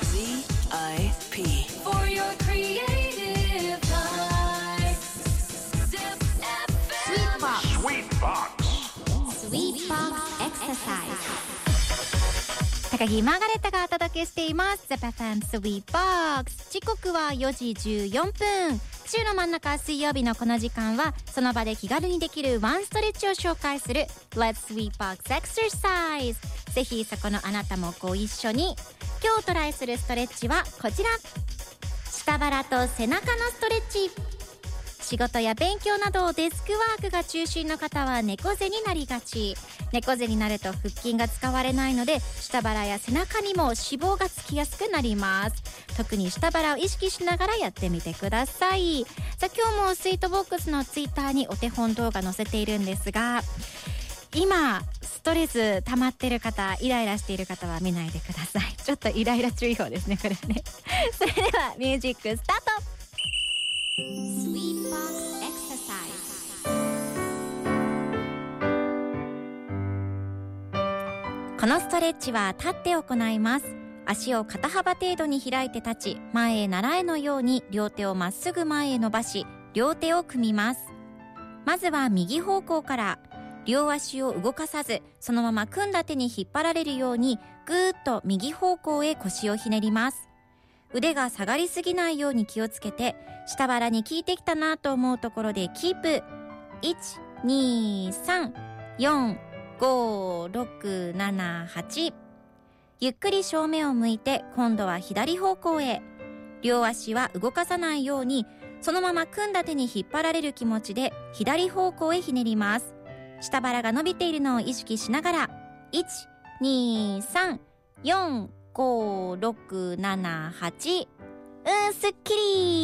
ZIP For your creative life Zip Sweet Box Exercise 高木マーガレットがお届けしています ZIP-FM Sweet Box 時刻は4時14分週の真ん中水曜日のこの時間はその場で気軽にできるワンストレッチを紹介する Let's Sweet Box Exercise ぜひそこのあなたもご一緒に今日トライするストレッチはこちら下腹と背中のストレッチ仕事や勉強などデスクワークが中心の方は猫背になりがち猫背になると腹筋が使われないので下腹や背中にも脂肪がつきやすくなります特に下腹を意識しながらやってみてくださいさあ今日もスイートボックスのツイッターにお手本動画載せているんですが今ストレス溜まってる方イライラしている方は見ないでくださいちょっとイライラ注意報ですねこれねそれではミュージックスタートSweet Box Exercise このストレッチは立って行います足を肩幅程度に開いて立ち前へ習えのように両手をまっすぐ前へ伸ばし両手を組みますまずは右方向から両足を動かさずそのまま組んだ手に引っ張られるようにぐーっと右方向へ腰をひねります腕が下がりすぎないように気をつけて下腹に効いてきたなと思うところでキープ 1,2,3,4,5,6,7,8 ゆっくり正面を向いて今度は左方向へ両足は動かさないようにそのまま組んだ手に引っ張られる気持ちで左方向へひねります下腹が伸びているのを意識しながら 1,2,3,4,5,6,7,8 すっきり